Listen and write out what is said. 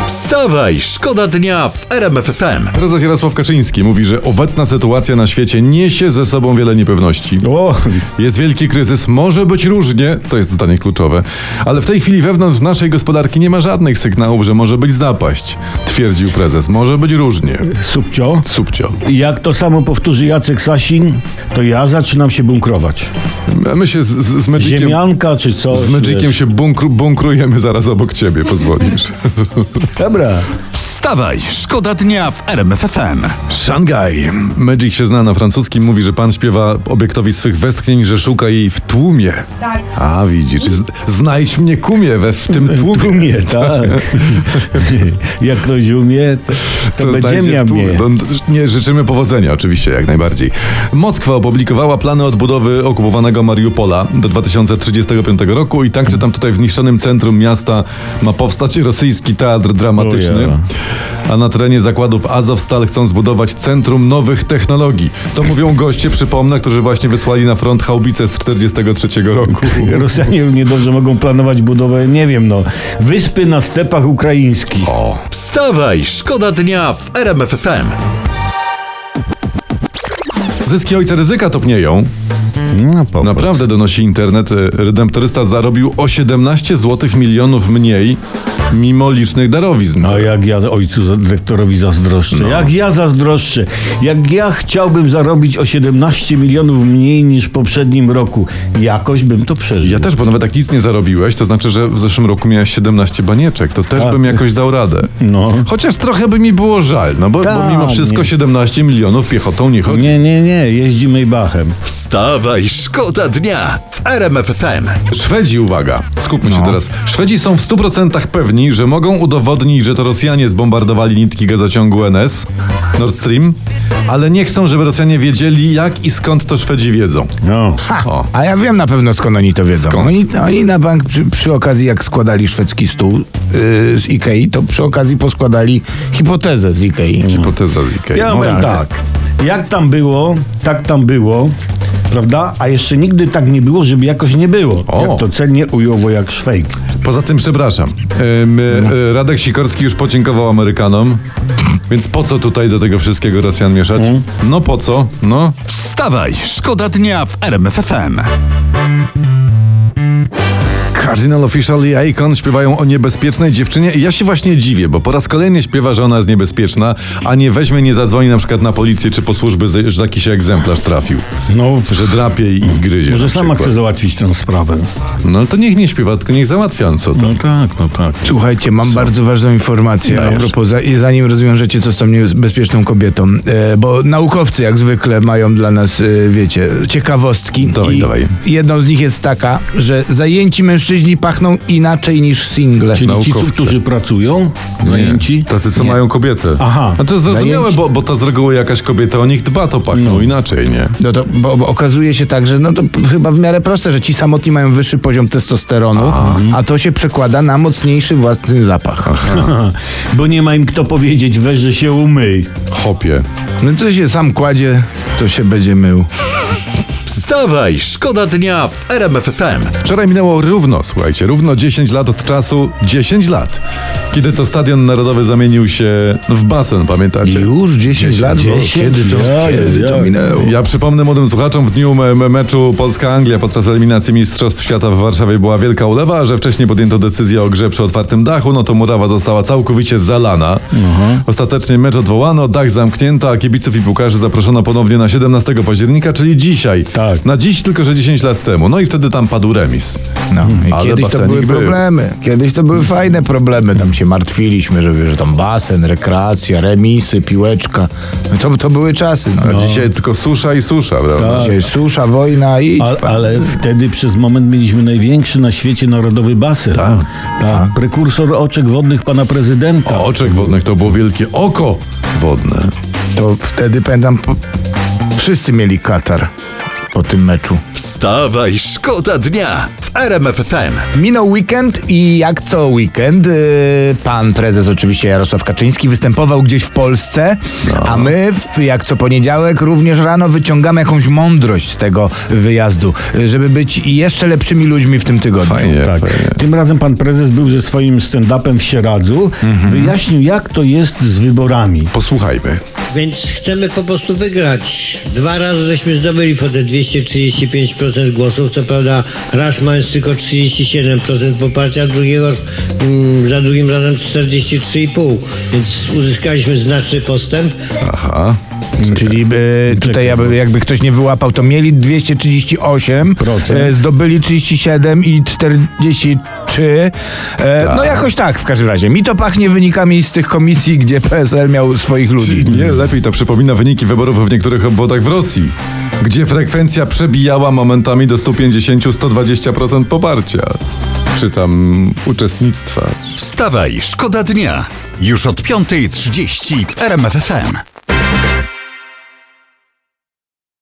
Wstawaj, szkoda dnia w RMF FM. Prezes Jarosław Kaczyński mówi, że obecna sytuacja na świecie niesie ze sobą wiele niepewności. Jest wielki kryzys, może być różnie, to jest zdanie kluczowe, ale w tej chwili wewnątrz naszej gospodarki nie ma żadnych sygnałów, że może być zapaść. Twierdził prezes, może być różnie. Subcio. Jak to samo powtórzy Jacek Sasin, to ja zaczynam się bunkrować. My się z Magiciem... Ziemianka czy coś. Z Magiciem się bunkrujemy zaraz obok ciebie, pozwolisz. Dobra. Wstawaj, szkoda dnia w RMF FM. Szangaj. Magic się zna na francuskim, mówi, że pan śpiewa obiektowi swych westchnień, że szuka jej w tłumie. Tak. A widzisz, znajdź mnie kumie w tym tłumie. W tłumie, tak. Jak ktoś umie, to będzie znajdzie miał w tłumie. mnie. No, nie, życzymy powodzenia, oczywiście, jak najbardziej. Moskwa opublikowała plany odbudowy okupowanego Mariupola do 2035 roku i tak, że tam tutaj w zniszczonym centrum miasta ma powstać rosyjski teatr dramatyczny. A na terenie zakładów Azowstal chcą zbudować Centrum Nowych Technologii. To mówią goście, przypomnę, którzy właśnie wysłali na front haubice z 1943 roku. Rosjanie równie dobrze mogą planować budowę, nie wiem, wyspy na stepach ukraińskich. Wstawaj, szkoda dnia w RMF FM. Zyski ojca Rydzyka topnieją. Naprawdę, donosi internet. Redemptorysta zarobił o 17 zł milionów mniej, mimo licznych darowizn. A jak ja ojcu dyrektorowi zazdroszczę. Jak ja zazdroszczę. Jak ja chciałbym zarobić o 17 milionów mniej niż w poprzednim roku. Jakoś bym to przeżył. Ja też, bo nawet jak nic nie zarobiłeś, to znaczy, że w zeszłym roku miałeś 17 banieczek. To też bym jakoś dał radę. Chociaż trochę by mi było żal, bo mimo wszystko 17 milionów piechotą nie chodzi. Nie, jeździ Maybachem. Wstawaj, szkoda dnia w RMF FM. Szwedzi, uwaga, skupmy się teraz. Szwedzi są w 100% pewni, że mogą udowodnić, że to Rosjanie zbombardowali nitki gazociągu NS, Nord Stream, ale nie chcą, żeby Rosjanie wiedzieli, jak i skąd to Szwedzi wiedzą. A ja wiem na pewno, skąd oni to wiedzą. Skąd? Oni na bank przy okazji, jak składali szwedzki stół z Ikei, to przy okazji poskładali hipotezę z Ikei. Hipoteza z Ikei. Ja mówię tak. Jak tam było, tak tam było. Prawda? A jeszcze nigdy tak nie było, żeby jakoś nie było. Jak to cennie ujął wojak Szwejk. Poza tym, przepraszam, Radek Sikorski już podziękował Amerykanom, więc po co tutaj do tego wszystkiego Rosjan mieszać? No po co? No. Wstawaj, szkoda dnia w RMF FM. Cardinal Official i Icon śpiewają o niebezpiecznej dziewczynie i ja się właśnie dziwię, bo po raz kolejny śpiewa, że ona jest niebezpieczna, a nie weźmie, nie zadzwoni na przykład na policję czy po służby, że jakiś egzemplarz trafił. Że drapie i gryzie. Może sama chce załatwić tę sprawę. No to niech nie śpiewa, tylko niech załatwia, co to? No tak. Słuchajcie, mam bardzo ważną informację a propos, zanim rozwiążecie, co z tą niebezpieczną kobietą. Bo naukowcy jak zwykle mają dla nas, wiecie, ciekawostki. Dawaj. Jedną z nich jest taka, że zajęci mężczyźni pachną inaczej niż single. Czyli ci, Naukowcy. którzy pracują, zajęci? Tacy, co mają kobietę. Aha. No to jest zrozumiałe, bo to z reguły jakaś kobieta o nich dba, to pachną inaczej, nie? No to, bo okazuje się tak, że to chyba w miarę proste, że ci samotni mają wyższy poziom testosteronu, a to się przekłada na mocniejszy własny zapach. Bo nie ma im kto powiedzieć, weź, że się umyj. Hopie. No to się sam kładzie, to się będzie mył. Wstawaj, szkoda dnia w RMF FM. Wczoraj minęło równo 10 lat od czasu, 10 lat, kiedy to Stadion Narodowy zamienił się w basen, pamiętacie? Już 10 lat? Kiedy to minęło? Ja przypomnę młodym słuchaczom, w dniu meczu Polska-Anglia podczas eliminacji Mistrzostw Świata w Warszawie była wielka ulewa, że wcześniej podjęto decyzję o grze przy otwartym dachu, to murawa została całkowicie zalana. Ostatecznie mecz odwołano, dach zamknięto, a kibiców i piłkarzy zaproszono ponownie na 17 października, czyli dzisiaj. Tak. Na dziś, tylko że 10 lat temu. No i wtedy tam padł remis. I Ale kiedyś to basenik były był. problemy. Kiedyś to były fajne problemy. Tam się martwiliśmy, że tam basen, rekreacja, remisy, piłeczka. To były czasy. A dzisiaj tylko susza i susza, prawda? Dzisiaj susza, wojna i... Ale wtedy przez moment mieliśmy największy na świecie narodowy basen. Tak. Prekursor oczek wodnych pana prezydenta. Oczek wodnych to było wielkie oko wodne. To wtedy, pamiętam, wszyscy mieli katar po tym meczu. Wstawaj, szkoda dnia w RMF FM. Minął weekend i jak co weekend pan prezes oczywiście Jarosław Kaczyński występował gdzieś w Polsce, a my jak co poniedziałek również rano wyciągamy jakąś mądrość z tego wyjazdu, żeby być jeszcze lepszymi ludźmi w tym tygodniu. Fajnie, Tak. fajnie. Tym razem pan prezes był ze swoim stand-upem w Sieradzu. Wyjaśnił, jak to jest z wyborami. Posłuchajmy. Więc chcemy po prostu wygrać. 2 razy żeśmy zdobyli po te 235% głosów. Co prawda raz mając tylko 37% poparcia, za drugim razem 43,5%. Więc uzyskaliśmy znaczny postęp. Aha. Czyli tutaj jakby ktoś nie wyłapał, to mieli 238, zdobyli 37 i 43. No jakoś tak w każdym razie. Mi to pachnie wynikami z tych komisji, gdzie PSL miał swoich ludzi. Nie, lepiej to przypomina wyniki wyborów w niektórych obwodach w Rosji, gdzie frekwencja przebijała momentami do 150-120% poparcia. Czy tam uczestnictwa. Wstawaj, szkoda dnia. Już od 5:30 w RMF FM.